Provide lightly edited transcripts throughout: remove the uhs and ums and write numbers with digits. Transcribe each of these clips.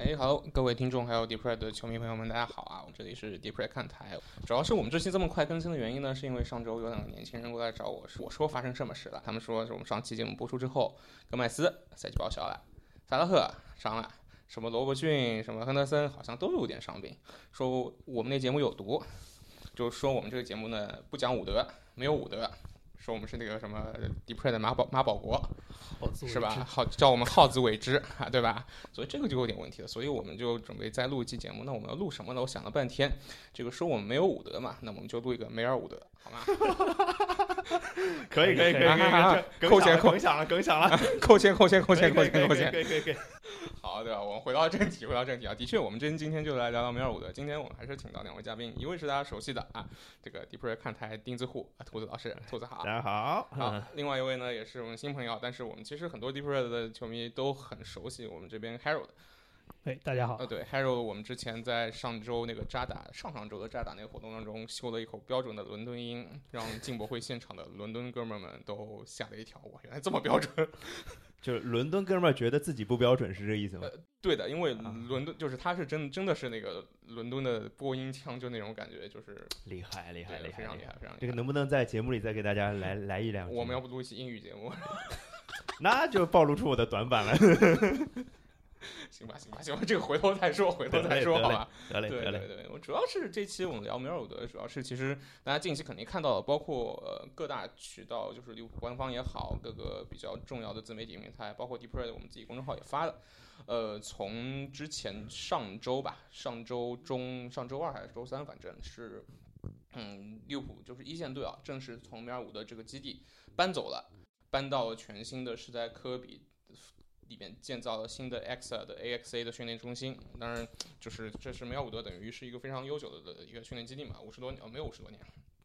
哎，好，各位听众还有 Deep Red 的球迷朋友们，大家好啊！我这里是 Deep Red 看台。主要是我们这期这么快更新的原因呢，是因为上周有两个年轻人过来找我，我说发生什么事了？他们说是我们上期节目播出之后，戈麦斯赛季报销了，萨拉赫伤了，什么罗伯逊、什么亨德森好像都有点伤病，说我们那节目有毒，就说我们这个节目呢不讲武德，没有武德。说我们是那个什么 Deep Red 的马保国，是吧？好，叫我们好自为之啊，对吧？所以这个就有点问题了。所以我们就准备再录一期节目。那我们要录什么呢？我想了半天，这个说我们没有武德嘛，那我们就录一个梅尔伍德，好吗？ 可以，更响了， 扣钱。 可以。 好的，我们回到正题啊。的确，我们今天就来聊聊梅尔伍德。今天我们还是请到两位嘉宾，一位是大家熟悉的啊，这个 Deep Red 看台钉子户兔子老师，兔子好， 大家好。 另外一位呢也是我们新朋友，但是我们其实很多 Deep Red 的球迷都很熟悉我们这边 Harold。 大家好。 对 Harold， 我们之前在上周那个上周的扎打那个活动当中修了一口标准的伦敦音，让进博会现场的伦敦哥们们都吓了一跳，哇，原来这么标准。 就是伦敦哥们觉得自己不标准是这意思吗？ 对的，因为伦敦就是他是真的是那个伦敦的播音腔，就那种感觉，就是厉害， 非常厉害。 这个能不能在节目里再给大家来一两句？ 我们要不录一期英语节目？ 那就暴露出我的短板了。 行吧，这个回头再说，好吧？ 得嘞。 对，我主要是这期我们聊梅尔伍德，主要是其实大家近期肯定看到了，包括各大渠道，就是利物浦官方也好，各个比较重要的自媒体平台，包括 Deep Red 我们自己公众号也发了。从之前上周二还是周三，反正是，利物浦就是一线队啊，正式从梅尔伍德这个基地搬走了，搬到了全新的是在科比里面建造了新的 AXA 的训练中心。当然，就是这是梅尔伍德等于是一个非常悠久的一个训练基地嘛，50多年，没有50多年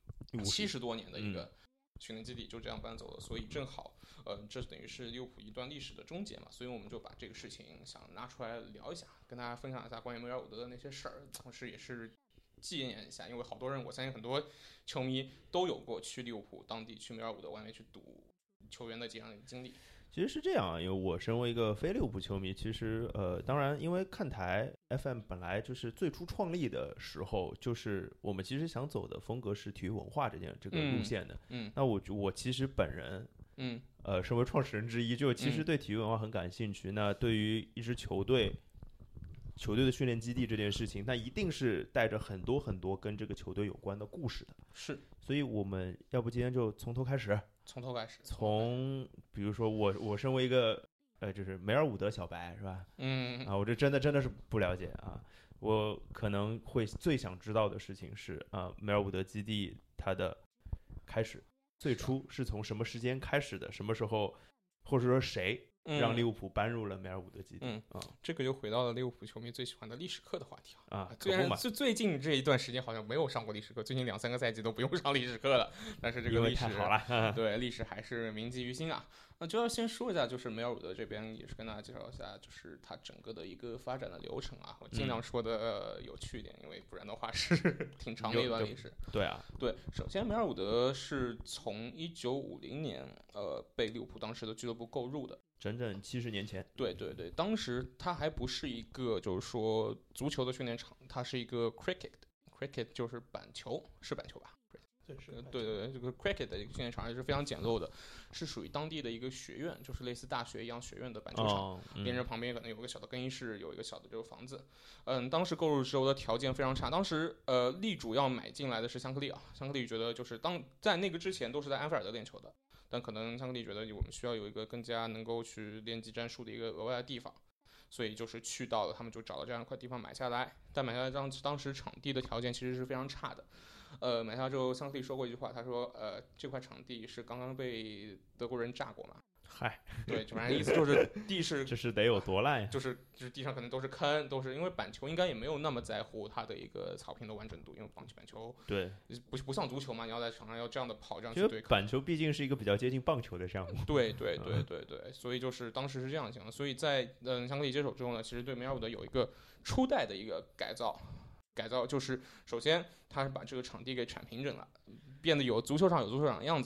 ，70多年的一个训练基地就这样搬走了，所以正好，这等于是利物浦一段历史的终结嘛，所以我们就把这个事情想拿出来聊一下，跟大家分享一下关于梅尔伍德的那些事儿，同时也是纪念一下，因为好多人，我相信很多球迷都有过去利物浦当地去梅尔伍德外面去赌球员的这样的经历。 其实是这样，因为我身为一个非利物浦球迷，其实当然，因为看台 FM 本来就是最初创立的时候，就是我们其实想走的风格是体育文化这个路线的。那我其实本人，身为创始人之一，就其实对体育文化很感兴趣。那对于一支球队的训练基地这件事情，那一定是带着很多很多跟这个球队有关的故事的。 是， 所以我们要不今天就从头开始。比如说我身为一个就是梅尔伍德小白是吧？我这真的是不了解啊。我可能会最想知道的事情是梅尔伍德基地它的开始最初是从什么时间开始的？什么时候，或者说谁让利物浦搬入了梅尔伍德基地？ 这个就回到了利物浦球迷最喜欢的历史课的话题啊。 虽然最近这一段时间好像没有上过历史课，最近2-3个赛季都不用上历史课了，但是这个历史太好了， 对历史还是铭记于心啊。那就要先说一下，就是梅尔伍德这边也是跟大家介绍一下，就是它整个的一个发展的流程啊。我尽量说的有趣一点，因为不然的话是挺长的一段历史。 对啊， 对，首先梅尔伍德是从1950年被利物浦当时的俱乐部购入的。 整整70年前。 对，当时它还不是一个就是说足球的训练场，它是一个 cricket 就是板球，是板球吧？对，这个 cricket 的一个训练场也是非常简陋的，是属于当地的一个学院，就是类似大学一样学院的板球场，连着旁边可能有个小的更衣室，有一个小的这个房子。当时购入时候的条件非常差，当时利主要买进来的是香克利啊，香克利觉得就是在那个之前都是在安菲尔德练球的。但可能香克利觉得我们需要有一个更加能够去练级战术的一个额外的地方，所以就是去到了，他们就找到这样一块地方买下来。但买下来当时场地的条件其实是非常差的。买下之后，香克利说过一句话，他说这块场地是刚刚被德国人炸过嘛。 嗨， 对，反正意思就是地是这是得有多烂呀？ 就是地上可能都是坑，都是因为板球应该也没有那么在乎它的一个草坪的完整度，因为板球对不像足球嘛，你要在场上要这样的跑这样去对抗。 板球毕竟是一个比较接近棒球的项目。 对，所以就是当时是这样想的。所以在香克利接手之后呢，其实对梅尔伍德有一个初代的一个改造就是首先他是把这个场地给铲平整了，变得有足球场的样子的。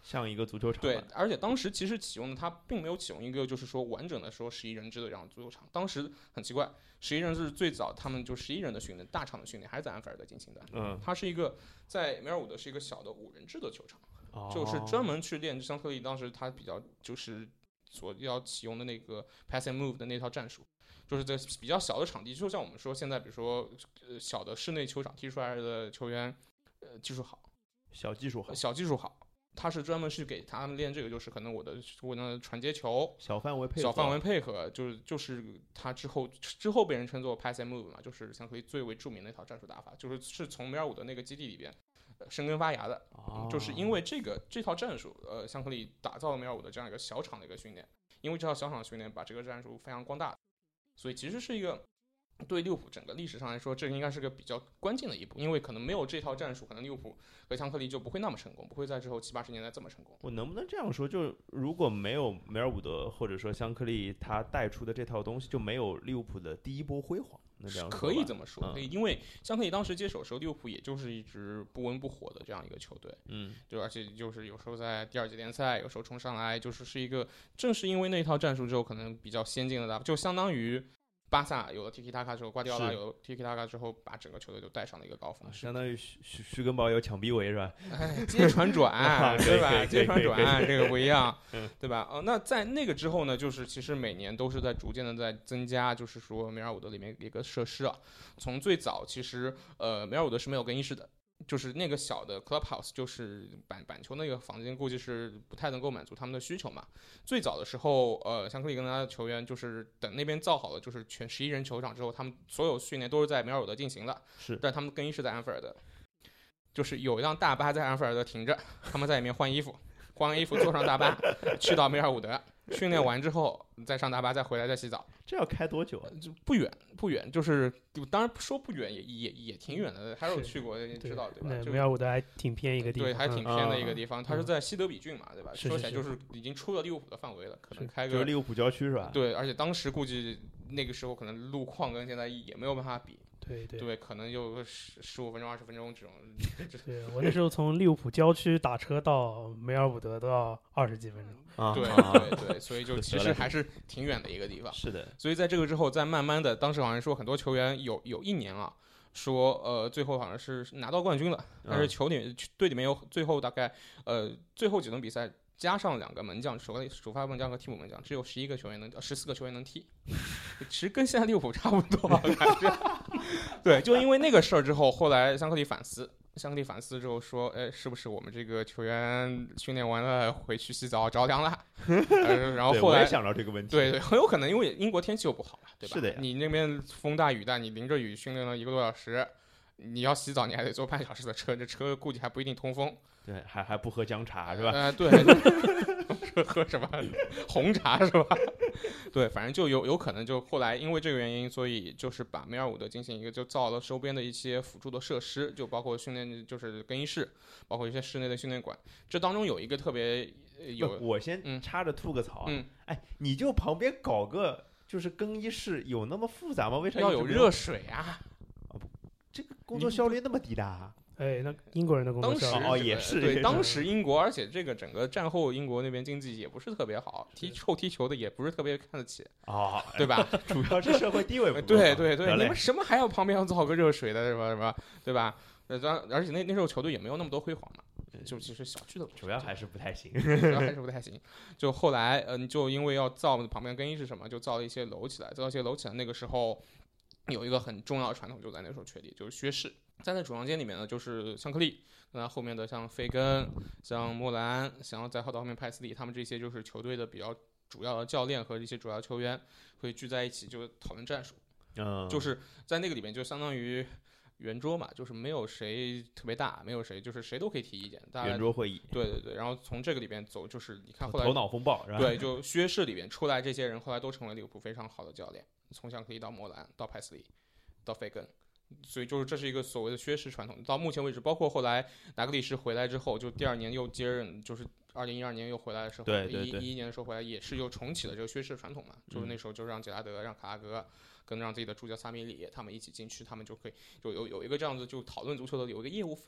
像一个足球场。 对，而且当时其实启用的它并没有启用一个就是说完整的说11人制的这样的足球场，当时很奇怪，11人制最早他们就11人的训练，大场的训练还是在安菲尔德进行的。它是一个在梅尔伍德是一个小的5人制的球场，就是专门去练香克利当时他比较就是所要启用的那个 pass and move 的那套战术。就是在比较小的场地，就像我们说现在，比如说小的室内球场踢出来的球员，技术好， 小技术好， 他是专门是给他们练这个，就是可能我的传接球， 小范围配合，就是他之后被人称作 pass and move 嘛，就是香克利最为著名的一套战术打法，是从梅尔伍德那个基地里边生根发芽的，就是因为这套战术，香克利打造了梅尔伍德这样一个小场的一个训练，因为这套小场训练把这个战术非常光大。所以其实是一个对利物浦整个历史上来说，这应该是个比较关键的一步，因为可能没有这套战术，可能利物浦和香克利就不会那么成功，不会在之后70、80年代这么成功。 我能不能这样说，就如果没有梅尔伍德或者说香克利他带出的这套东西，就没有利物浦的第一波辉煌？那这样可以这么说，因为香克利当时接手的时候，利物浦也就是一直不温不火的这样一个球队，就而且就是有时候在第2级联赛，有时候冲上来，是一个正是因为那套战术之后，可能比较先进的打法，就相当于巴萨有了 Tiki Taka 之后，瓜迪奥拉有了 Tiki Taka 之后，把整个球队都带上了一个高峰， 相当于徐根宝有抢逼围是吧？ 接传转，对吧？接传转这个不一样，对吧？那在那个之后呢，就是其实每年都是在逐渐的在增加，就是说梅尔伍德里面一个设施啊，从最早其实梅尔伍德是没有更衣室的。就是那个小的 clubhouse， 就是板球那个房间，估计是不太能够满足他们的需求嘛。最早的时候，香克利跟他的球员就是等那边造好了，就是全11人球场之后，他们所有训练都是在梅尔伍德进行的。但他们更衣室在安菲尔德，就是有一辆大巴在安菲尔德停着，他们在里面换衣服，换完衣服坐上大巴去到梅尔伍德。训练完之后再上大巴再回来再洗澡， 这要开多久啊？ 就不远，就是当然说不远也挺远的。还有去过你知道对吧？ 梅尔伍德还挺偏一个地方， 对，还挺偏的一个地方。它是在西德比郡嘛，对吧？说起来就是已经出了利物浦的范围了，可能开个就是利物浦郊区是吧？ 对，而且当时估计那个时候可能路况跟现在也没有办法比。对，可能就15分钟、20分钟这种。 对，我那时候从利物浦郊区打车到梅尔伍德都要20几分钟。 对，所以就其实还是挺远的一个地方。 是的。 所以在这个之后，再慢慢的，当时好像说很多球员有一年啊，说最后好像是拿到冠军了，但是队里面有最后大概最后几轮比赛。加上2个门将，首发门将和替补门将，只有14个球员能踢，其实跟现在利物浦差不多感觉。对，就因为那个事儿之后，后来香克利反思之后说，是不是我们这个球员训练完了回去洗澡着凉了？然后后来我也想到这个问题。 对，很有可能因为英国天气又不好嘛，对吧？ 是的呀。 你那边风大雨大，你淋着雨训练了1个多小时，你要洗澡你还得坐半小时的车，这车估计还不一定通风。 对，还不喝姜茶是吧？ 对，喝什么红茶是吧？对，反正就有可能就后来因为这个原因，所以就是把梅尔伍德进行一个就造了周边的一些辅助的设施，就包括训练就是更衣室，包括一些室内的训练馆。这当中有一个特别我先插着吐个槽你就旁边搞个就是更衣室有那么复杂吗？为啥要有热水啊？ 这个工作效率那么低的？ 那英国人的工作效率也是对，当时英国，而且这个整个战后英国那边经济也不是特别好，踢球的也不是特别看得起对吧？ 主要是社会地位不对，你们什么还要旁边要造个热水的是吧？对吧？而且那时候球队也没有那么多辉煌嘛，就其实小区的主要还是不太行， 就后来就因为要造旁边更衣室什么，就造了一些楼起来，那个时候有一个很重要的传统就在那时候确立，就是薛氏。在那主房间里面呢，就是香克利，那后面的像费根、像莫兰，再到后面派斯利，他们这些就是球队的比较主要的教练和一些主要球员会聚在一起，就讨论战术。就是在那个里面就相当于圆桌嘛，就是没有谁特别大，没有谁就是谁都可以提意见，大家圆桌会议。 对，然后从这个里边走，就是你看后来头脑风暴是吧？ 对，就薛氏里边出来这些人，后来都成为利物浦非常好的教练，从香克利到莫兰到派斯利到费根。所以就是这是一个所谓的薛氏传统，到目前为止，包括后来达格利什回来之后，就第2年又接任，就是2012年又回来的时候，11年的时候回来也是又重启了这个薛氏传统嘛，就是那时候就让杰拉德、让卡拉格跟让自己的助教萨米里他们一起进去，他们就可以就有一个这样子就讨论足球的有一个业务氛围。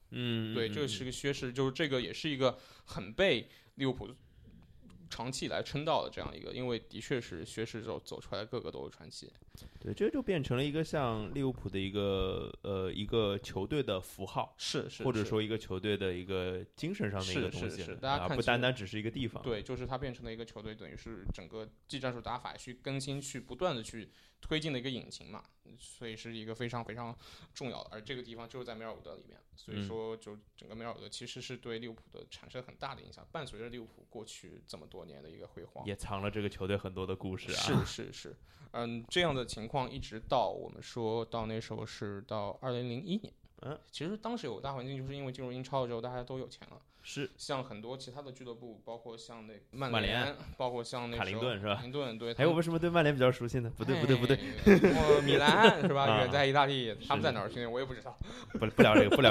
对，这是个缺失，就是这个也是一个很被利物浦长期以来称道的这样一个，因为的确是薛氏走出来个个都是传奇。 对，这就变成了一个像利物浦的一个球队的符号， 是， 或者说一个球队的一个精神上的一个东西， 大家看不单单只是一个地方。 对，就是它变成了一个球队，等于是整个技战术打法去更新、去不断的去推进的一个引擎嘛，所以是一个非常非常重要的。而这个地方就是在梅尔伍德里面，所以说就整个梅尔伍德其实是对利物浦的产生很大的影响，伴随着利物浦过去这么多年的一个辉煌， 也藏了这个球队很多的故事啊。 是，这样的情况一直到我们说到那时候是到2001年。其实当时有个大环境，就是因为进入英超之后，大家都有钱了， 是像很多其他的俱乐部，包括像那曼联， 包括像那卡林顿是吧？ 卡林顿对。 哎，我为什么对曼联比较熟悉呢？不对， 米兰是吧？远在意大利，他们在哪儿训练我也不知道。 不聊这个。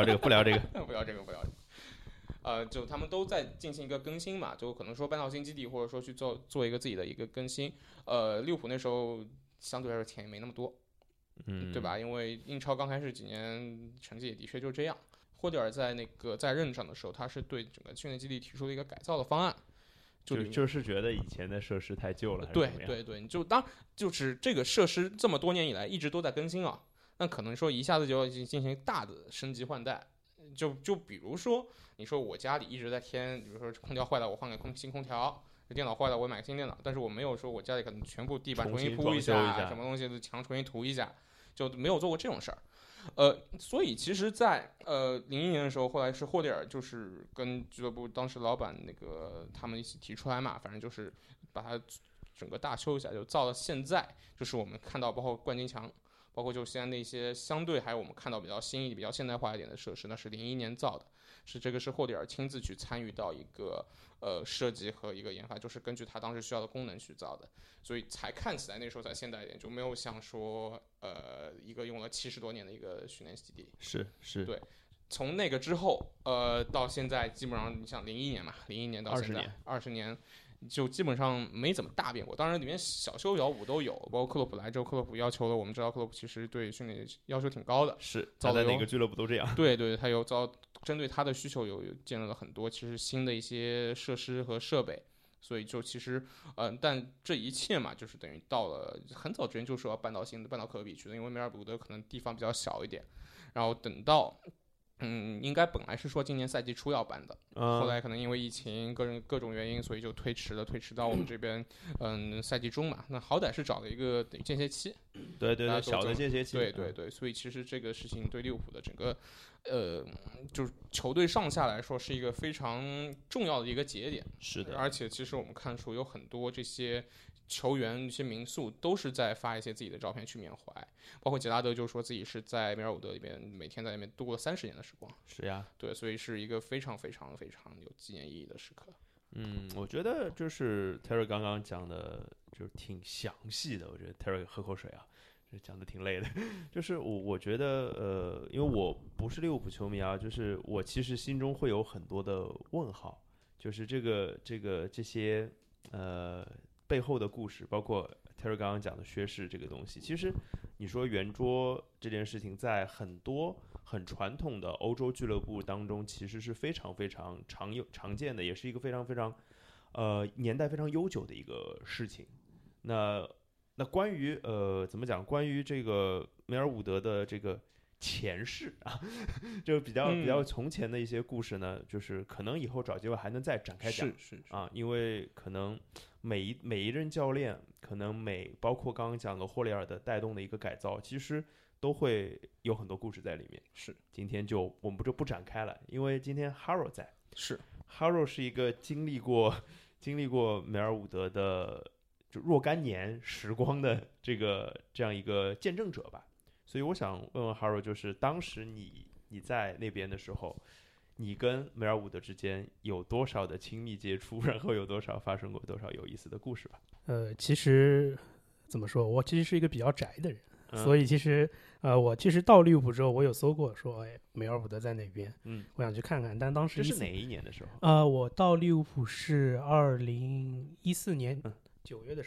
就他们都在进行一个更新嘛，就可能说搬到新基地，或者说去做一个自己的一个更新。利物浦那时候相对来说钱也没那么多。对吧？因为英超刚开始几年成绩也的确就这样。霍蒂尔在任上的时候，他是对整个训练基地提出了一个改造的方案， 就是觉得以前的设施太旧了， 对，就是这个设施这么多年以来一直都在更新啊，那可能说一下子就要进行大的升级换代，就比如说你说我家里一直在添，比如说空调坏了我换个新空调。电脑坏了，我买个新电脑，但是我没有说我家里可能全部地板重新铺一下，什么东西的墙重新涂一下，就没有做过这种事儿。所以其实在2001年的时候，后来是霍蒂尔就是跟俱乐部当时老板他们一起提出来嘛，反正就是把它整个大修一下，就造到现在，就是我们看到包括冠军墙，包括就现在那些相对还有我们看到比较新颖、比较现代化一点的设施，那是2001年造的，是霍蒂尔亲自去参与到一个设计和一个研发，就是根据他当时需要的功能去造的，所以才看起来那时候才现代一点，就没有像说一个用了70多年的一个训练基地。 是， 对。从那个之后，到现在基本上你像01年嘛，01年到现在20年。就基本上没怎么大变过，当然里面小修小补都有，包括克洛普来之后，克洛普要求了，我们知道克洛普其实对训练要求挺高的， 是他在哪个俱乐部都这样。 对，他有针对他的需求有建立了很多其实新的一些设施和设备，所以就其实但这一切嘛，就是等于到了很早之前就说要搬到科比去的，因为梅尔伍德可能地方比较小一点，然后等到。应该本来是说今年赛季初要搬的，后来可能因为疫情各种原因，所以就推迟到我们这边，赛季中嘛。那好歹是找了一个间歇期， 对，小的间歇期， 对，所以其实这个事情对利物浦的整个，就是球队上下来说是一个非常重要的一个节点。 是的， 而且其实我们看出有很多这些。球员一些民宿都是在发一些自己的照片去缅怀，包括杰拉德就说自己是在梅尔伍德里边每天在那边度过了30年的时光。 是呀， 对，所以是一个非常非常非常有纪念意义的时刻。 我觉得就是 Terry 刚刚讲的，就是挺详细的。我觉得 Terry 喝口水啊，讲的挺累的。就是我觉得因为我不是利物浦球迷啊，就是我其实心中会有很多的问号，就是这些背后的故事，包括 Terry 刚刚讲的薛氏这个东西，其实你说圆桌这件事情，在很多很传统的欧洲俱乐部当中，其实是非常非常常见的，也是一个非常非常年代非常悠久的一个事情。那关于怎么讲？关于这个梅尔伍德的这个前世啊，就比较从前的一些故事呢，就是可能以后找机会还能再展开讲。 是啊，因为可能每一任教练，可能包括刚刚讲的霍利尔的带动的一个改造，其实都会有很多故事在里面。 是， 今天我们就不展开了，因为今天 Haro 在。 是 Haro 是一个经历过梅尔伍德的就若干年时光的这样一个见证者吧。所以我想问问 Haro， 就是当时你在那边的时候，你跟梅尔伍德之间有多少的亲密接触，然后有多少发生过多少有意思的故事吧？ 其实怎么说，我其实是一个比较宅的人，所以其实我其实到利物浦之后，我有搜过说，梅尔伍德在哪边，我想去看看。但当时这是哪一年的时候？ 我到利物浦是2014年9月的时候。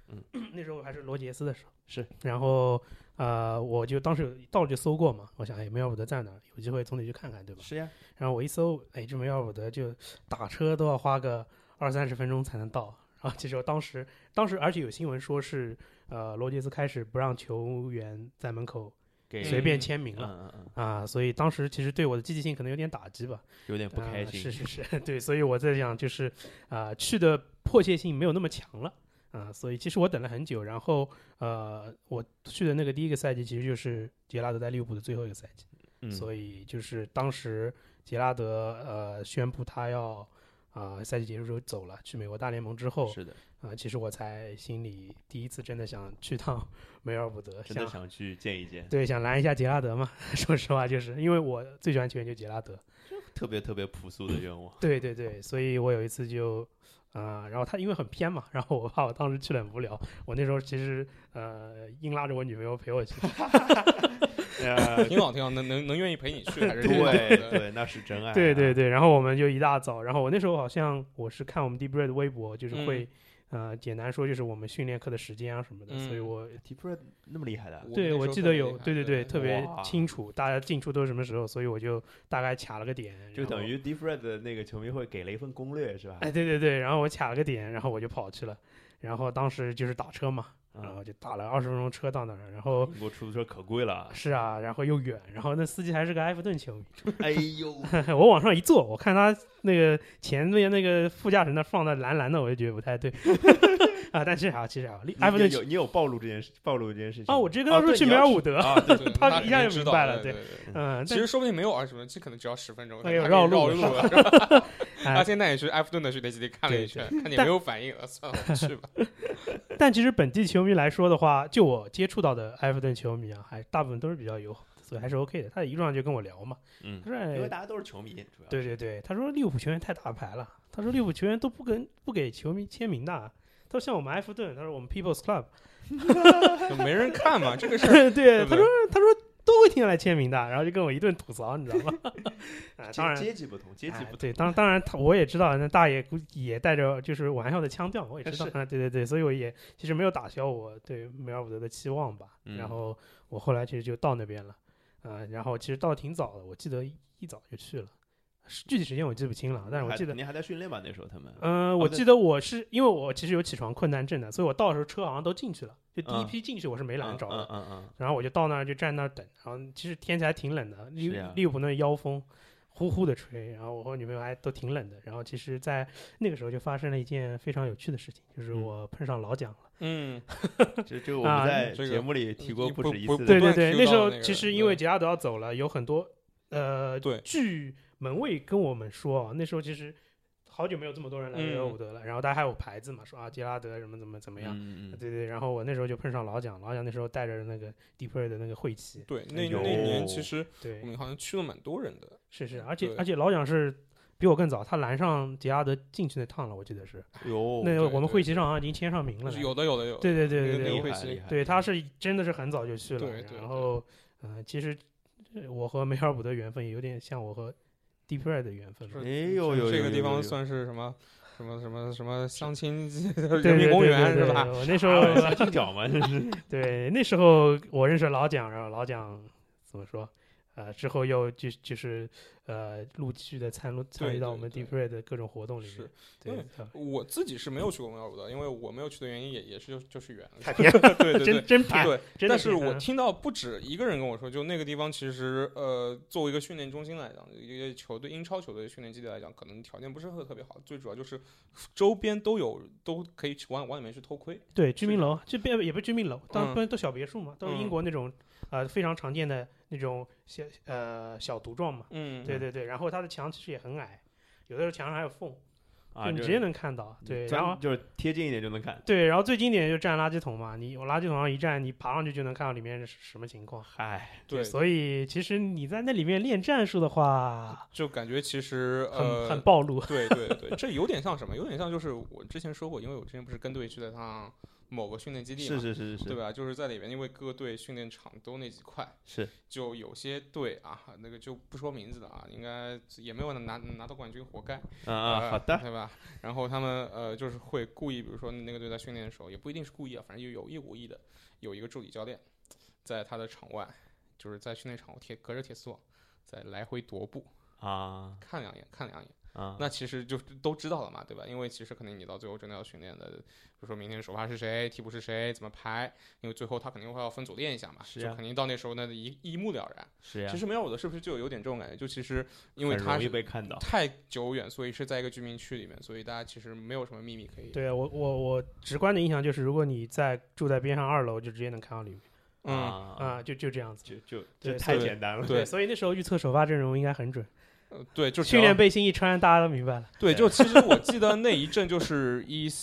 那时候还是罗杰斯的时候。 是。 然后我就当时到了就搜过嘛，我想梅尔伍德在哪儿，有机会总得去看看，对吧？ 是呀。 然后我一搜，这梅尔伍德就打车都要花个20-30分钟才能到。然后其实我当时而且有新闻说是罗杰斯开始不让球员在门口随便签名了，所以当时其实对我的积极性可能有点打击吧， 有点不开心。 是，对，所以我在想就是去的迫切性没有那么强了所以其实我等了很久，然后我去的那个第一个赛季其实就是杰拉德在利物浦的最后一个赛季，所以就是当时杰拉德宣布他要赛季结束之后走了，去美国大联盟之后， 是的， 其实我才心里第一次真的想去趟梅尔伍德， 真的想去见一见， 对，想拦一下杰拉德嘛。说实话，就是因为我最喜欢球员就杰拉德， 特别特别朴素的愿望。 对，所以我有一次就然后他因为很偏嘛，然后我怕我当时去了很无聊，我那时候其实硬拉着我女朋友陪我去。 挺好，能愿意陪你去，还是对，那是真爱。 对，然后我们就一大早，然后我那时候好像我是看我们 Deep Red 的微博，就是会简单说就是我们训练课的时间啊什么的，所以我 Deep Red 那么厉害的， 对我记得有，对，特别清楚，大家进出都是什么时候，所以我就大概卡了个点， 就等于 Deep Red 的那个球迷会给了一份攻略是吧？ 对，然后我卡了个点，然后我就跑去了，然后当时就是打车嘛。然后就打了20分钟车到那儿，然后英国出租车可贵了。 是啊，然后又远，然后那司机还是个埃弗顿球迷。 哎呦， 我往上一坐，我看他那个前面那个副驾驶那放的蓝蓝的，我就觉得不太对。但其实好，埃弗顿你有暴露这件事情我直接跟他说去梅尔伍德，他一下就明白了。对， 其实说不定没有20分钟，这可能只要10分钟， 绕路了。他现在也去埃弗顿的训练基地看了一圈，看你没有反应了，算了，我去吧。 但其实本地球迷来说的话，就我接触到的埃弗顿球迷还大部分都是比较友好的，所以还是 OK 的。他一路上就跟我聊嘛，他说因为大家都是球迷，主要对，他说利物浦球员太大牌了，他说利物浦球员都不给球迷签名的，他说像我们埃弗顿，他说我们 People's Club 就没人看嘛，这个事儿。 对，他说都会停下来签名的，然后就跟我一顿吐槽，你知道吗？当然阶级不同， 对，当然我也知道，那大爷估计也带着就是玩笑的腔调，我也知道对，所以我也其实没有打消我对梅尔伍德的期望吧。然后我后来其实就到那边了，然后其实到挺早的，我记得一早就去了。具体时间我记不清了，但是我记得肯定还在训练吧那时候他们。 我记得我是因为我其实有起床困难症的，所以我到的时候车好像都进去了，就第一批进去我是没拦着的。然后我就到那儿就站那儿等，然后其实天气还挺冷的，利物浦那妖风呼呼的吹，然后我和女朋友还都挺冷的。然后其实，在那个时候就发生了一件非常有趣的事情，就是我碰上老蒋了。 这个我们在节目里提过不止一次。 对，那时候其实因为杰拉德要走了，有很多据门卫跟我们说那时候其实好久没有这么多人来梅尔伍德了，然后大家还有牌子嘛，说杰拉德什么怎么样，对，然后我那时候就碰上老蒋那时候带着那个 Deep Red 的那个会旗， 对，那年其实我们好像去了蛮多人的， 是，而且老蒋是比我更早，他拦上杰拉德进去那趟了，我记得是，那我们会旗上好像已经签上名了， 有的， 对，他是真的是很早就去了，然后其实我和梅尔伍德缘分也有点像我和Deep Red 的缘分， 这个地方算是什么相亲人民公园是吧？ 我那时候相亲角嘛， 对，那时候我认识老蒋，然后老蒋怎么说？之后又就是陆续的参与到我们 Deep Red 的各种活动里面。对， 我自己是没有去过梅尔伍德，因为我没有去的原因也是就是远， 太偏， 对， 真偏。 对，但是我听到不止一个人跟我说，就那个地方其实作为一个训练中心来讲，一个球队英超球队训练基地来讲，可能条件不是特别好，最主要就是周边都可以往里面去偷窥。 对，居民楼这边也不是居民楼，当然都小别墅嘛，都是英国那种非常常见的那种小独幢嘛，对，然后它的墙其实也很矮，有的时候墙上还有缝，就你直接能看到，对，然后就是贴近一点就能看， 对，然后最经典就站垃圾桶嘛，你往垃圾桶上一站，你爬上去就能看到里面是什么情况，对，所以其实你在那里面练战术的话， 就感觉其实很暴露， 对，这有点像什么？有点像就是我之前说过，因为我之前不是跟队去了趟某个训练基地嘛， 是， 对吧？就是在里边，因为各队训练场都那几块， 是， 就有些队啊，那个就不说名字了啊，应该也没有拿到冠军，活该好的， 对吧？然后他们就是会故意，比如说那个队在训练的时候，也不一定是故意啊，反正有意无意的，有一个助理教练在他的场外，就是在训练场隔着铁丝网，在来回踱步啊， 看两眼。 啊， 那其实就都知道了嘛，对吧？因为其实肯定你到最后真的要训练的，比如说明天首发是谁，替补是谁，怎么排，因为最后他肯定会要分组练一下嘛， 是啊， 就肯定到那时候呢一目了然。 是呀， 其实梅尔伍德是不是就有点这种感觉？就其实因为他容易被看到， 太久远，所以是在一个居民区里面，所以大家其实没有什么秘密可以。 对啊，我直观的印象就是，如果你住在边上2楼，就直接能看到里面。就这样子， 就太简单了。 对， 所以那时候预测首发阵容应该很准。 对，就训练背心一穿，大家都明白了。 对，就其实我记得那一阵就是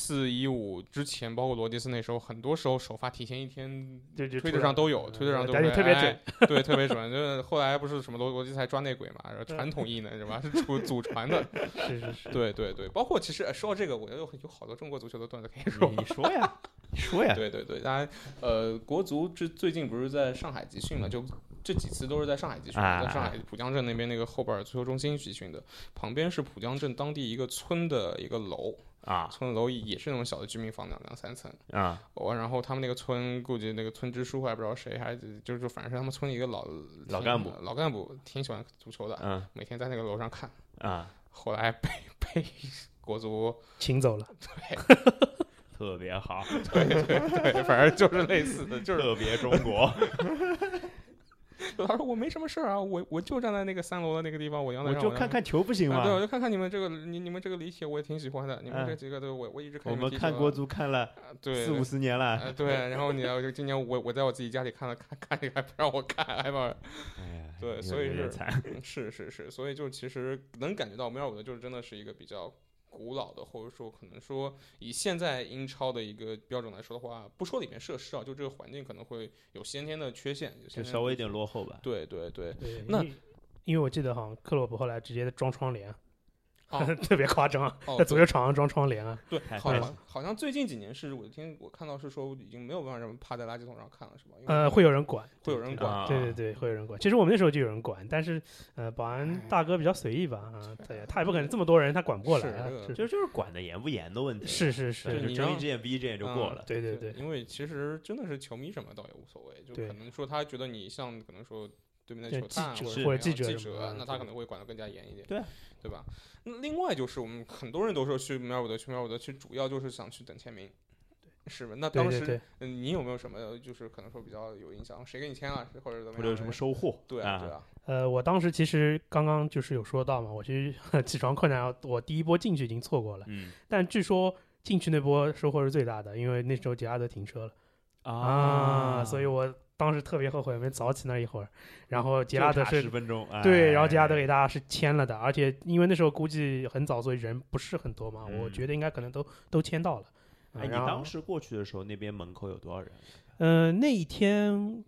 14、15之前，包括罗迪斯那时候，很多时候首发提前一天，推特上都有，推特上都有， 特别准， 对，特别准。就是后来不是什么罗迪斯还抓内鬼嘛，然后传统译呢是吧？是祖传的， 是， 对，包括其实说到这个，我觉得有好多中国足球的段子可以说。 你说呀， 对，当然，国足最近不是在上海集训嘛，就这几次都是在上海集训，在上海浦江镇那边那个后边足球中心集训的，旁边是浦江镇当地一个村的一个楼啊，村的楼也是那种小的居民房，2-3层啊。然后他们那个村估计那个村支书还不知道谁，还就是反正是他们村里一个老干部，挺喜欢足球的，每天在那个楼上看啊。后来被国足请走了， 对。 特别好， 对，反正就是类似的，就是特别中国。 他说我没什么事啊，我就站在那个3楼的那个地方，我就看看球不行吗？ 对，我就看看你们这个你们这个离铁我也挺喜欢的，你们这几个都我一直看。 我们看国足看了40-50年了， 对，然后你就今年我在我自己家里看你还不让我看，还把，对，所以是，所以就其实能感觉到梅尔伍德就是真的是一个比较古老的，或者说可能说以现在英超的一个标准来说的话，不说里面设施啊，就这个环境可能会有先天的缺陷， 就稍微一点落后吧。 对。 那因为我记得好像克洛普后来直接装窗帘，特别夸张，在足球场上装窗帘啊。 对，好像最近几年是我看到是说已经没有办法让人趴在垃圾桶上看了，是吧？ 会有人管， 对， 会有人管。其实我们那时候就有人管，但是保安大哥比较随意吧，他也不可能这么多人他管不过来， 就是管的严不严的问题。 是， 就睁一只眼闭一只眼就过了。 对， 因为其实真的是球迷什么倒也无所谓，就可能说他觉得你像可能说对面的球探或者记者，那他可能会管得更加严一点，对吧？那另外就是我们很多人都说去梅尔伍德，其实主要就是想去等签名，是吧？那当时你有没有什么就是可能说比较有印象，谁给你签了，或者怎么样？ 或者有什么收获？ 对啊。 我当时其实刚刚就是有说到嘛，我其实起床困难，我第一波进去已经错过了，但据说进去那波收获是最大的，因为那时候杰拉德停车了所以我当时特别后悔没早起那一会儿，然后杰拉德是 10分钟， 对，然后杰拉德给大家是签了的，而且因为那时候估计很早，所以人不是很多嘛，我觉得应该可能都签到了。 你当时过去的时候，那边门口有多少人？ 那一天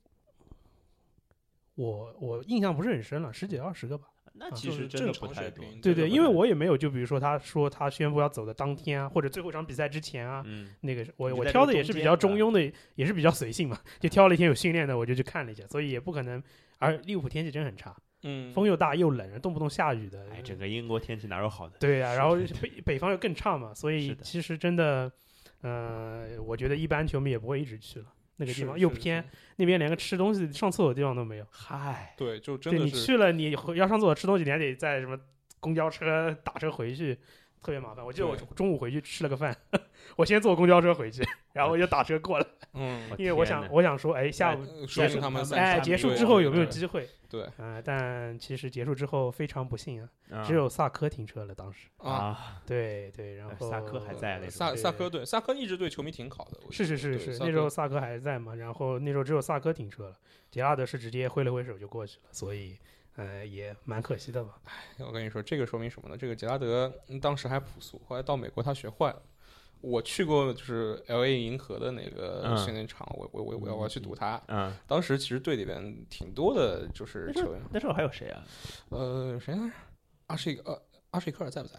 我印象不是很深了，10几20个吧。 那其实真的不太多。 对，因为我也没有就比如说他说他宣布要走的当天啊，或者最后一场比赛之前啊，那个我挑的也是比较中庸的，也是比较随性嘛，就挑了一天有训练的，我就去看了一下，所以也不可能。而利物浦天气真很差，风又大又冷，动不动下雨的。 整个英国天气哪有好的？ 对啊，然后北方又更差嘛，所以其实真的，我觉得一般球迷也不会一直去了。那个地方又偏，那边连个吃东西、上厕所的地方都没有。 嗨， 对，就真的是你去了，你要上厕所、吃东西，你还得在什么公交车打车回去，特别麻烦。我记得我中午回去吃了个饭，我先坐公交车回去，然后我就打车过来。因为我想说，下午结束结束之后有没有机会？ 对， 但其实结束之后非常不幸只有萨科停车了，当时对，然后萨科还在那时候，萨科一直对球迷挺好的， 是，那时候萨科还在嘛，然后那时候只有萨科停车了，杰拉德是直接挥了挥手就过去了，所以也蛮可惜的吧。 我跟你说，这个说明什么呢？这个杰拉德当时还朴素，后来到美国他学坏了。我去过就是 LA 银河的那个训练场，我要去堵他。当时其实队里边挺多的，就是球员。 那时候还有谁啊？ 谁呢？阿什利科尔在不在？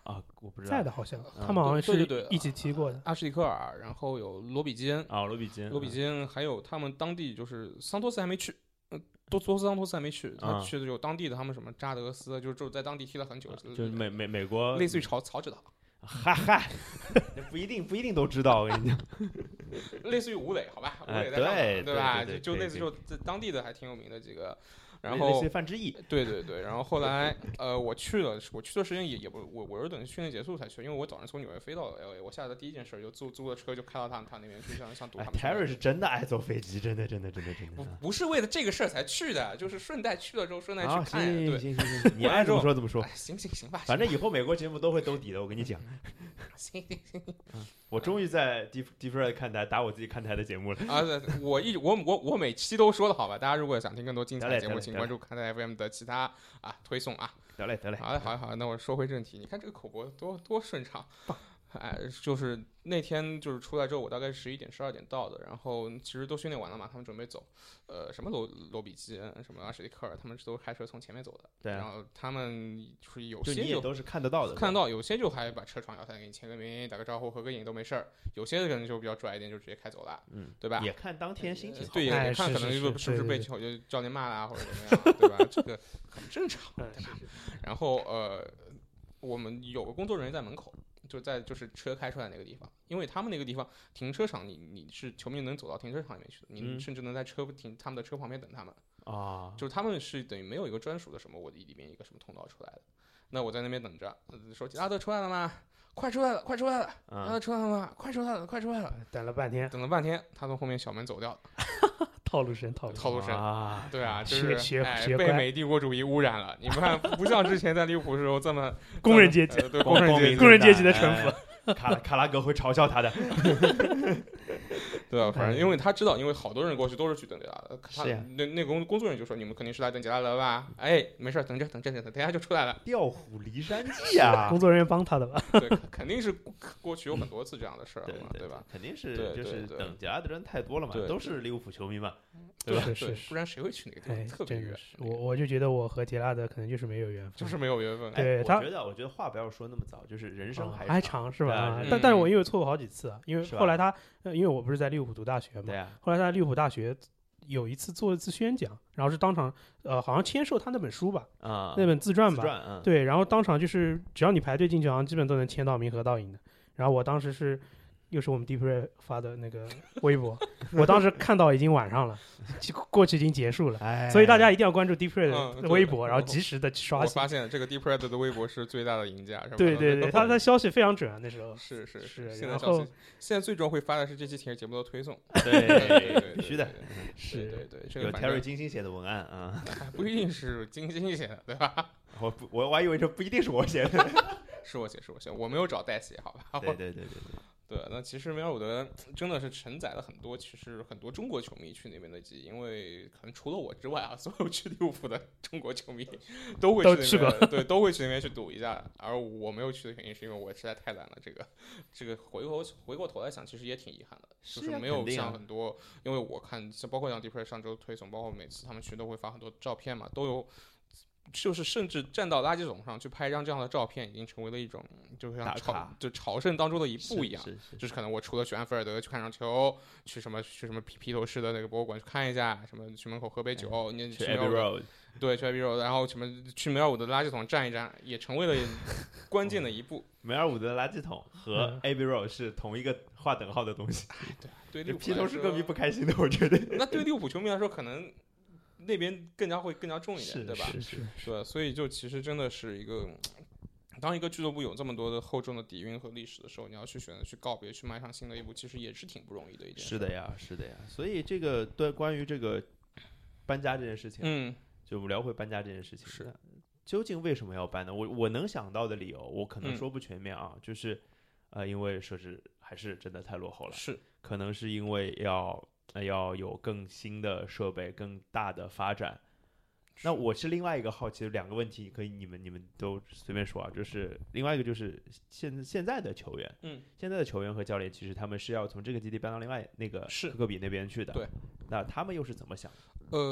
我不知道在的好像，他们好像是对一起踢过的。 阿什利科尔，然后有罗比基恩罗比基恩， 还有他们当地就是桑托斯还没去。多斯桑托斯还没去，他去的有当地的他们什么扎德斯，就是在当地踢了很久， 就是美国， 类似于曹指导， 嗨，不一定都知道，我跟你讲， 类似于吴磊，好吧，吴磊在上海，对吧？就类似就在当地的还挺有名的几个。然后类似于范志毅， 对，然后后来我去的时间也不我是等训练结束才去，因为我早上从纽约飞到了 LA， 我下来的第一件事就租了车就开到他那边去，想堵他们。 Terry 是真的爱坐飞机，真的。 不是为了这个事儿才去的，就是顺带去了之后顺带去看。 行，你爱怎么说怎么说。 行吧， 反正以后美国节目都会兜底的，我跟你讲。 行。 我终于在 Deep 看台打我自己看台的节目了啊！我每期都说的好吧，大家如果想听更多精彩的节目，请关注看台 FM 的其他推送啊。 得嘞。 好，那我说回正题，你看这个口播多顺畅。就是那天就是出来之后，我大概11点12点到的，然后其实都训练完了嘛，他们准备走。什么罗比基恩，什么阿什利科尔，他们都开车从前面走的。 对。 然后他们就是有些你也都是看得到的， 有些就还把车窗摇下来给你签个名、打个招呼、合个影都没事儿。有些可能就比较拽一点，就直接开走了，对吧？ 也看当天心情。 对，也看可能是不是被教练骂啦，或者怎么样，对吧？这个很正常，对吧？然后我们有个工作人员在门口。就是车开出来那个地方，因为他们那个地方停车场，你是球迷能走到停车场里面去的，你甚至能在他们的车旁边等他们就是他们是等于没有一个专属的什么我的里面一个什么通道出来的。那我在那边等着，说吉拉德出来了吗？快出来了！吉拉德出来了吗？快出来了！ 等了半天， 他从后面小门走掉了。 套路深， 对啊，就是学被美帝国主义污染了。你们看，不像之前在利物浦时候这么工人阶级， 对工人阶级的臣服。 卡拉格会嘲笑他的， 对吧？反正因为他知道，因为好多人过去都是去等杰拉德，那工作人员就说你们肯定是来等杰拉德吧？没事，等着，等下就出来了。 调虎离山计啊！ 工作人员帮他的吧？ 对，肯定是过去有很多次这样的事儿嘛，对吧？ 肯定是，就是等杰拉德人太多了嘛，都是利物浦球迷嘛， 对吧？ 是， 不然谁会去那个地方？特别远。 我就觉得我和杰拉德可能就是没有缘分， 对，我觉得话不要说那么早，就是人生还长是吧？但是我因为错过好几次啊，因为后来他，因为我不是在利物浦读大学嘛，后来他在利物浦大学有一次做一次宣讲，然后是当场好像签售他那本书吧，那本自传吧，对，然后当场就是只要你排队进去，好像基本都能签到名和到影的。然后我当时是。又是我们 Deep 发的那个微博，我当时看到已经晚上了，过去已经结束了，所以大家一定要关注 Deep 的微博，然后及时的刷新。 我发现这个 Deep 的微博是最大的赢家，是吧？ 对，他的消息非常准啊，那时候是。 然后现在最重要会发的是这期节目的推送， 对，必须的， 是，对， 有 Terry 精心写的文案啊， 不一定是精心写的，对吧？ 我还以为这不一定是我写的， 是我写，我没有找代写，好吧？ 对。 对，那其实梅尔伍德真的是承载了很多，其实很多中国球迷去那边的记忆，因为可能除了我之外啊，所有去利物浦的中国球迷都会去那边，对，都会去那边去赌一下。而我没有去的原因是因为我实在太懒了。这个回过头来想，其实也挺遗憾的，就是没有像很多，因为我看包括像 Deep 上周推送，包括每次他们去都会发很多照片嘛，都有。就是甚至站到垃圾桶上去拍一张这样的照片，已经成为了一种就像朝圣当中的一步一样。就是可能我除了去安菲尔德去看场球，去什么披头士的那个博物馆去看一下，什么去门口喝杯酒，你去 Abbey Road， 对，去 Abbey Road， 然后什么去梅尔伍德的垃圾桶站一站，也成为了关键的一步。 梅尔伍德的垃圾桶和 Abbey Road 是同一个划等号的东西。 对，对， 披头士歌迷不开心的，我觉得。 那对利物浦球迷来说，可能。那边更加重一点，对吧？ 是， 对，所以就其实真的是一个，当一个俱乐部有这么多的厚重的底蕴和历史的时候，你要去选择去告别，去迈上新的一步，其实也是挺不容易的一件事。 是的呀。所以这个关于这个搬家这件事情，就我们聊回搬家这件事情， 是究竟为什么要搬呢？我能想到的理由，我可能说不全面啊，就是因为设置还是真的太落后了， 是可能是因为要有更新的设备、更大的发展。那我是另外一个好奇的两个问题，可以你们都随便说啊。就是另外一个就是现在的球员，现在的球员和教练，其实他们是要从这个基地搬到另外那个科比那边去的。 对， 那他们又是怎么想的？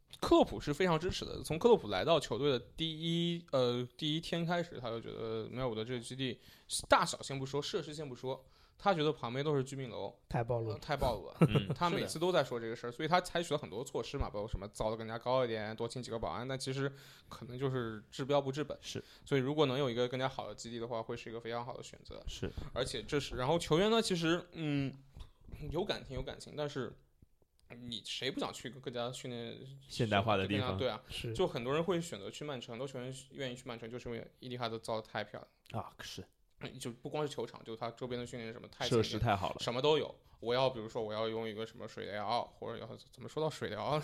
克洛普是非常支持的。从克洛普来到球队的第一天开始，他就觉得梅尔伍德这个基地大小先不说，设施先不说，他觉得旁边都是居民楼， 太暴露了。 太暴露了。他每次都在说这个事儿，所以他采取了很多措施嘛，包括什么造得更加高一点，多请几个保安，但其实可能就是治标不治本。 是， 所以如果能有一个更加好的基地的话，会是一个非常好的选择。 是， 而且这是，然后球员呢，其实有感情，但是你谁不想去一个更加训练现代化的地方？ 对啊， 是， 就很多人会选择去曼城，很多球员愿意去曼城，就是因为伊蒂哈德造的太漂亮啊，是， 就不光是球场，就它周边的训练什么太设施太好了， 什么都有。比如说我要用一个什么水疗，或者要怎么说到水疗，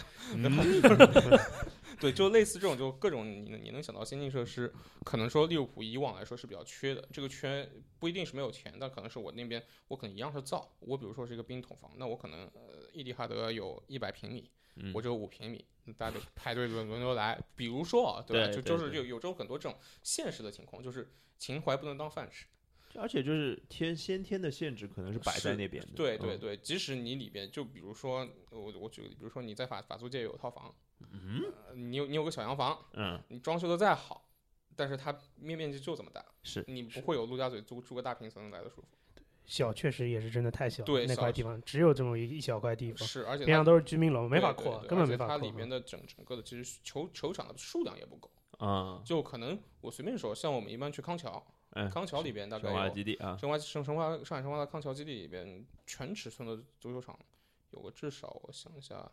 对，就类似这种，就各种你能想到先进设施，可能说利物浦以往来说是比较缺的。这个缺不一定是没有钱，但可能是我那边我可能一样是造。我比如说是一个冰桶房，那我可能伊蒂哈德有100平米，我只有5平米，大家得排队轮流来。比如说啊，对吧？就是有这种很多这种现实的情况，就是情怀不能当饭吃。 而且就是先天的限制可能是摆在那边的， 对，即使你里边就比如说我举个例，比如说你在法租界有一套房，你有个小洋房，你装修的再好，但是它面积就这么大， 是你不会有陆家嘴住个大平层来的舒服。 小确实也是真的太小了， 对， 那块地方只有这么一小块地方， 是，而且边上都是居民楼，没法扩， 对根本没法扩。 它里面的整个的其实球场的数量也不够啊， 就可能我随便说，像我们一般去康桥。康桥里边大概有申花基地啊， 上海申花的康桥基地里边，全尺寸的足球场有个至少我想一下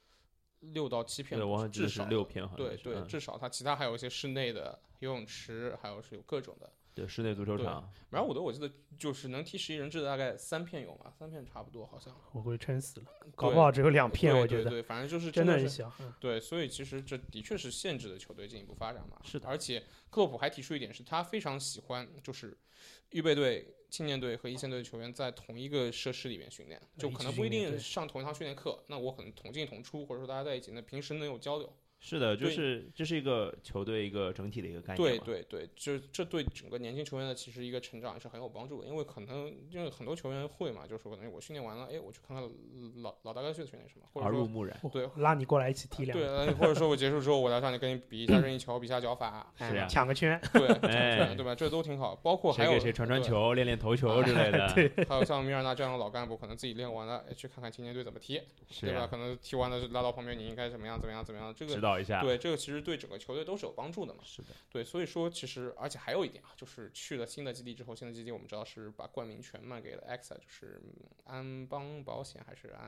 6到7片， 对， 至少 6片， 对，至少它其他还有一些室内的游泳池，还有是有各种的。 对，室内足球场。 然后我记得就是能踢11人制的大概3片有嘛，3片差不多好像。 我会撑死了，搞不好只有2片，我觉得。 对，反正就是真的很小。 对，所以其实这的确是限制了球队进一步发展嘛。 是的。 而且克洛普还提出一点是，他非常喜欢就是预备队、青年队和一线队的球员在同一个设施里面训练，就可能不一定上同一堂训练课，那我可能同进同出，或者说大家在一起，那平时能有交流。 是的，就是这是一个球队一个整体的一个概念。 对，这对整个年轻球员的其实一个成长也是很有帮助的，因为很多球员会嘛，就是说可能我训练完了，我去看看老大哥去的训练什么，或者说耳濡目染， 对， 拉你过来一起踢2个， 对，或者说我结束之后我来让你跟你比一下任意球，比一下脚法， 是呀， 抢个圈， 对吧？这都挺好，包括还有谁给谁传球、练头球之类的， 对， 还有像米尔纳这样的老干部，可能自己练完了，去看看青年队怎么踢，对吧？可能踢完了拉到旁边，你应该怎么样，这个指导一下， 对，这个其实对整个球队都是有帮助的嘛。 是的， 对，所以说其实而且还有一点啊，就是去了新的基地之后，新的基地我们知道是把冠名权卖给了 AXA， 就是安邦保险还是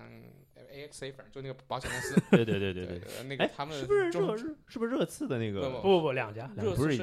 AXA， 反正就那个保险公司。 对， 那个他们是不是热刺的那个？ 不，2家， 不是热刺是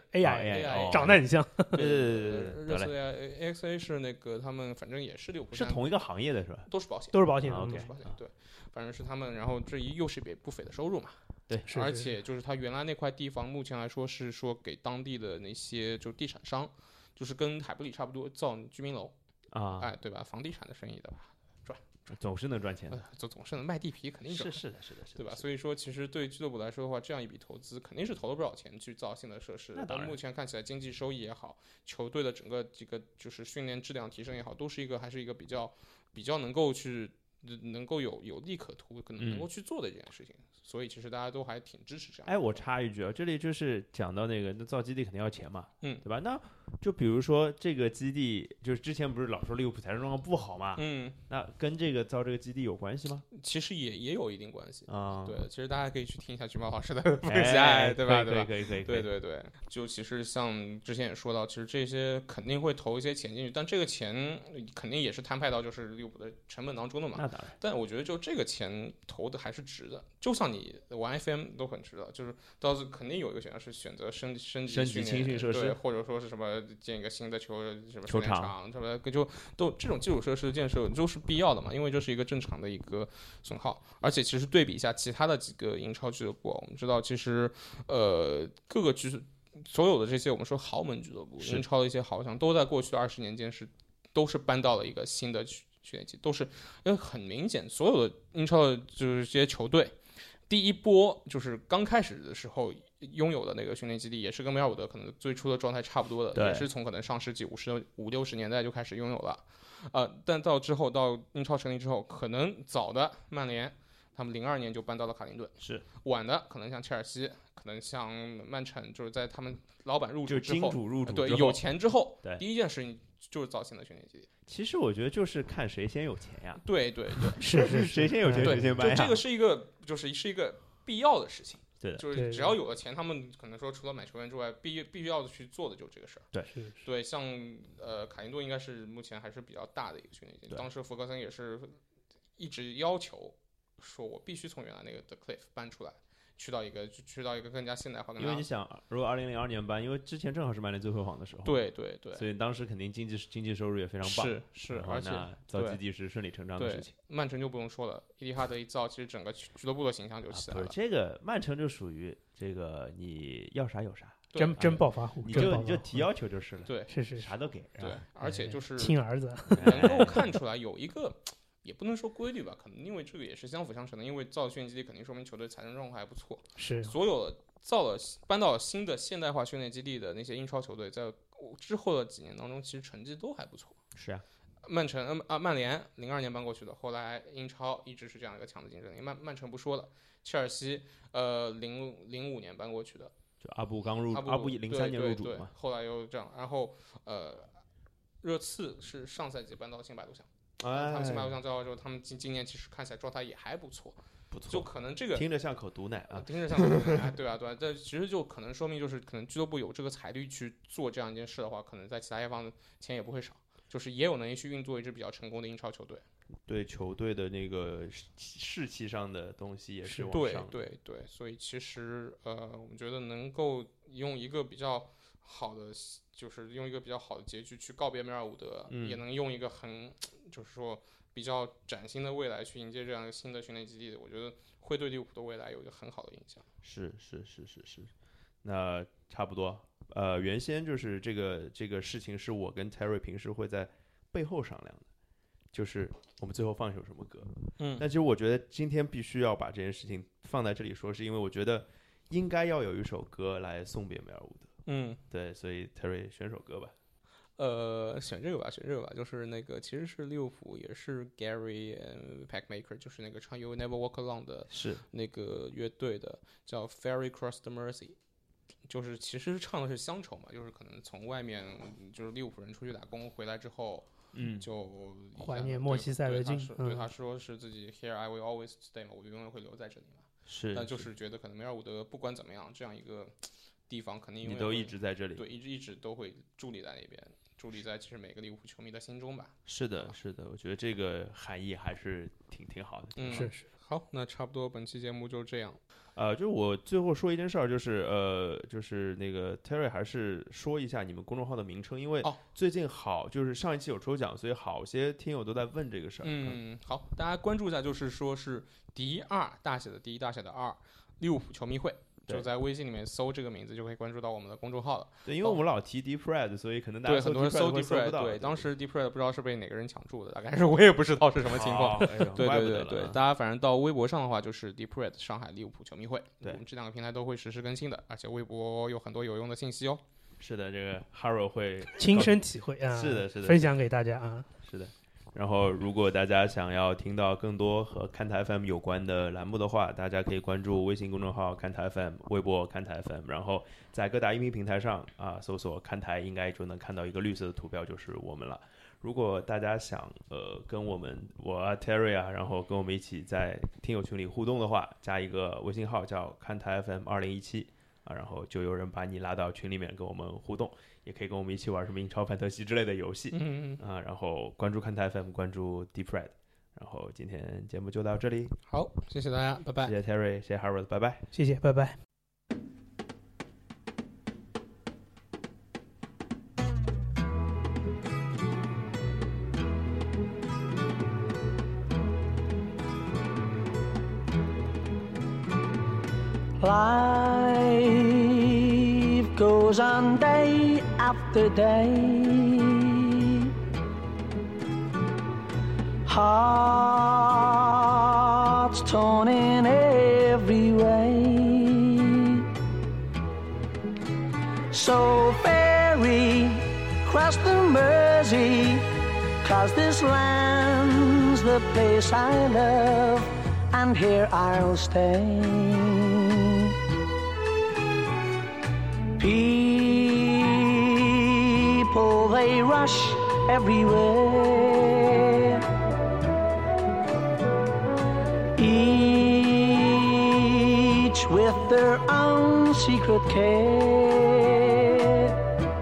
AIA， 长得很像。 对，热刺 AXA 是那个他们反正也是利物浦， 是同一个行业的是吧？ 都是保险， 都是保险， 对，反正是他们，然后这又是笔不菲的收入嘛。 对， 而且就是他原来那块地方，目前来说是说给当地的那些就地产商，就是跟海布里差不多造居民楼啊， 对吧？房地产的生意的吧， 总是能赚钱的， 总是能卖地皮，肯定赚， 是的， 对吧？所以说，其实对俱乐部来说的话，这样一笔投资肯定是投了不少钱去造新的设施。但目前看起来，经济收益也好，球队的整个这个就是训练质量提升也好，都是还是一个比较能够有利可图，可能能够去做的一件事情。所以其实大家都还挺支持这样。 我插一句啊，这里就是讲到那造基地肯定要钱嘛， 对吧？那就比如说这个基地，就是之前不是老说利物浦财政状况不好嘛，那跟造这个基地有关系吗？ 其实也有一定关系啊。 对，其实大家可以去听一下橘猫老师的分析，对吧？ 可以。 对，就其实像之前也说到，其实这些肯定会投一些钱进去，但这个钱肯定也是摊派到就是利物浦的成本当中的嘛。 那当然。 但我觉得就这个钱投的还是值的，就像你玩 FM 都很值得，就是到时肯定有一个选项是选择升级青训设施， 对，或者说是什么建一个新的球场什么就都这种基础设施的建设都是必要的嘛，因为这是一个正常的一个损耗。而且其实对比一下其他的几个英超俱乐部，我们知道其实各个所有的这些我们说豪门俱乐部，英超的一些豪强都在过去的20年间都是搬到了一个新的训练基地，都是因为很明显所有的英超的就是这些球队第一波就是刚开始的时候拥有的那个训练基地，也是跟梅尔伍德可能最初的状态差不多的，也是从可能上世纪50、60年代就开始拥有了。但到之后到英超成立之后，可能早的曼联他们02年就搬到了卡林顿。 是晚的可能像切尔西，可能像曼城，就是在他们老板入主之后， 就金主入主对之后有钱之后， 对第一件事情就是造新的训练基地。 其实我觉得就是看谁先有钱呀， 对对对， 是谁先有钱谁先搬呀。 就这个是一个是一个必要的事情。 对的， 就是只要有了钱，他们可能说除了买球员之外，必须要去做的就是这个事儿。 对， 对，像卡林顿应该是目前还是比较大的一个训练基地。当时福格森也是一直要求说，我必须从原来那个 The Cliff 搬出来，去到一个更加现代化。 因为你想，如果2002年搬，因为之前正好是曼联最辉煌的时候， 对对对， 所以当时肯定经济收入也非常棒， 是，而且造基地是顺理成章的事情。 曼城就不用说了，伊蒂哈德一造，其实整个俱乐部的形象就起来了。 不是这个曼城就属于这个你要啥有啥， 真暴发户， 你就提要求就是了， 对， 是啥都给， 对，而且就是亲儿子， 能够看出来有一个。也不能说规律吧，可能因为这个也是相辅相成的。因为造训练基地肯定说明球队财政状况还不错。 是所有搬到新的现代化训练基地的那些英超球队，在之后的几年当中，其实成绩都还不错。 是啊， 曼联02年搬过去的，后来英超一直是这样一个强的竞争力。曼城不说了，切尔西05年搬过去的， 就阿布03年入主嘛， 后来又这样，然后热刺是上赛季搬到新百鹿巷。他们新百鹿巷造之后，他们今年其实看起来状态也还不错，就可能这个听着像口毒奶啊， 听着像口毒奶，对啊，这其实就可能说明就是可能俱乐部有这个财力去做这样一件事的话，可能在其他地方钱也不会少，就是也有能力去运作一支比较成功的英超球队。 对球队的那个士气上的东西也是往上。对，所以其实我们觉得能够用一个比较好的，就是用一个比较好的结局去告别梅尔伍德，也能用一个就是说比较崭新的未来去迎接这样一个新的训练基地，我觉得会对利物浦的未来有一个很好的影响。 是，那差不多。原先就是这个事情是我跟 Terry 平时会在背后商量的，就是我们最后放一首什么歌。但其实我觉得今天必须要把这件事情放在这里说，是因为我觉得应该要有一首歌来送别梅尔伍德。对，所以 Terry 选首歌吧。 选这个吧，就是那个其实是利物浦，也是 Gary Packmaker， 就是那个唱 You Will Never Walk Alone 的， 是那个乐队的，叫 Ferry Cross the Mersey， 就是其实唱的是乡愁嘛，就是可能从外面就是利物浦人出去打工回来之后，就怀念莫西塞德金， 对他说是自己 Here I will always stay 嘛，我永远会留在这里嘛。 是， 但就是觉得可能梅尔伍德不管怎么样，这样一个地方肯定你都一直在这里， 对，一直都会伫立在那边。伫立在其实每个利物浦球迷的心中吧。 是的，我觉得这个含义还是挺好的。 是。 好，那差不多本期节目就这样。 就是我最后说一件事儿，就是那个 Terry 还是说一下你们公众号的名称，因为最近就是上一期有抽奖，所以好些听友都在问这个事儿。 好，大家关注一下，就是说是第2大写的第1大写的2利物浦球迷会。就在微信里面搜这个名字就可以关注到我们的公众号了。 对，因为我们老提 Deep Red， 所以可能大家很多人搜 Deep Red， 对， 当时 Deep Red 不知道是被哪个人抢注的，大概是我也不知道是什么情况。对，大家反正到微博上的话就是 Deep Red 上海利物浦球迷会， 对， 我们这2个平台都会实时更新的，而且微博有很多有用的信息哦。 是的，这个 Haro 会亲身体会啊， 是的， 分享给大家啊， 是的。然后，如果大家想要听到更多和看台 FM 有关的栏目的话，大家可以关注微信公众号看台 FM， 微博看台 FM， 然后在各大音频平台上搜索看台，应该就能看到一个绿色的图标，就是我们了。如果大家想跟我Terry 然后跟我们一起在听友群里互动的话，加一个微信号叫看台 FM 2017然后就有人把你拉到群里面跟我们互动。也可以跟我们一起玩什么英超范特西之类的游戏，然后关注看台 FM， 关注 Deep Red， 然后今天节目就到这里， 好，谢谢大家，拜拜， 谢谢 Terry， 谢谢 Harold， 拜拜， 谢谢，拜拜。 Life goes on day after day, hearts torn in every way. So ferry cross the Mersey, 'cause this land's the place I love. and here I'll stay. People, they rush everywhere, each with their own secret care.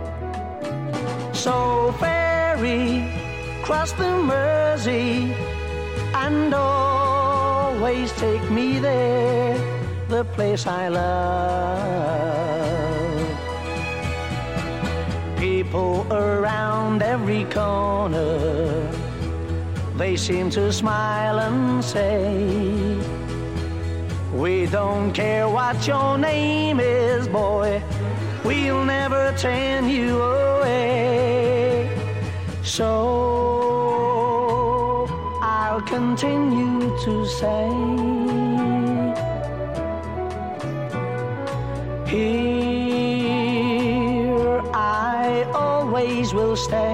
So ferry, cross the Mersey, and always take me there, the place I love. People around every corner, they seem to smile and say, we don't care what your name is, boy, we'll never turn you away. So I'll continue to say, here I always will stay.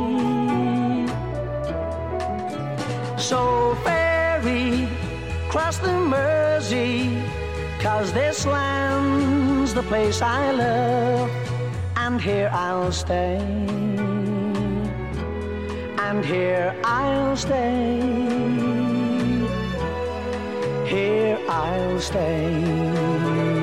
So ferry, cross the Mersey, 'cause this land's the place I love, and here I'll stay, and here I'll stay, here I'll stay.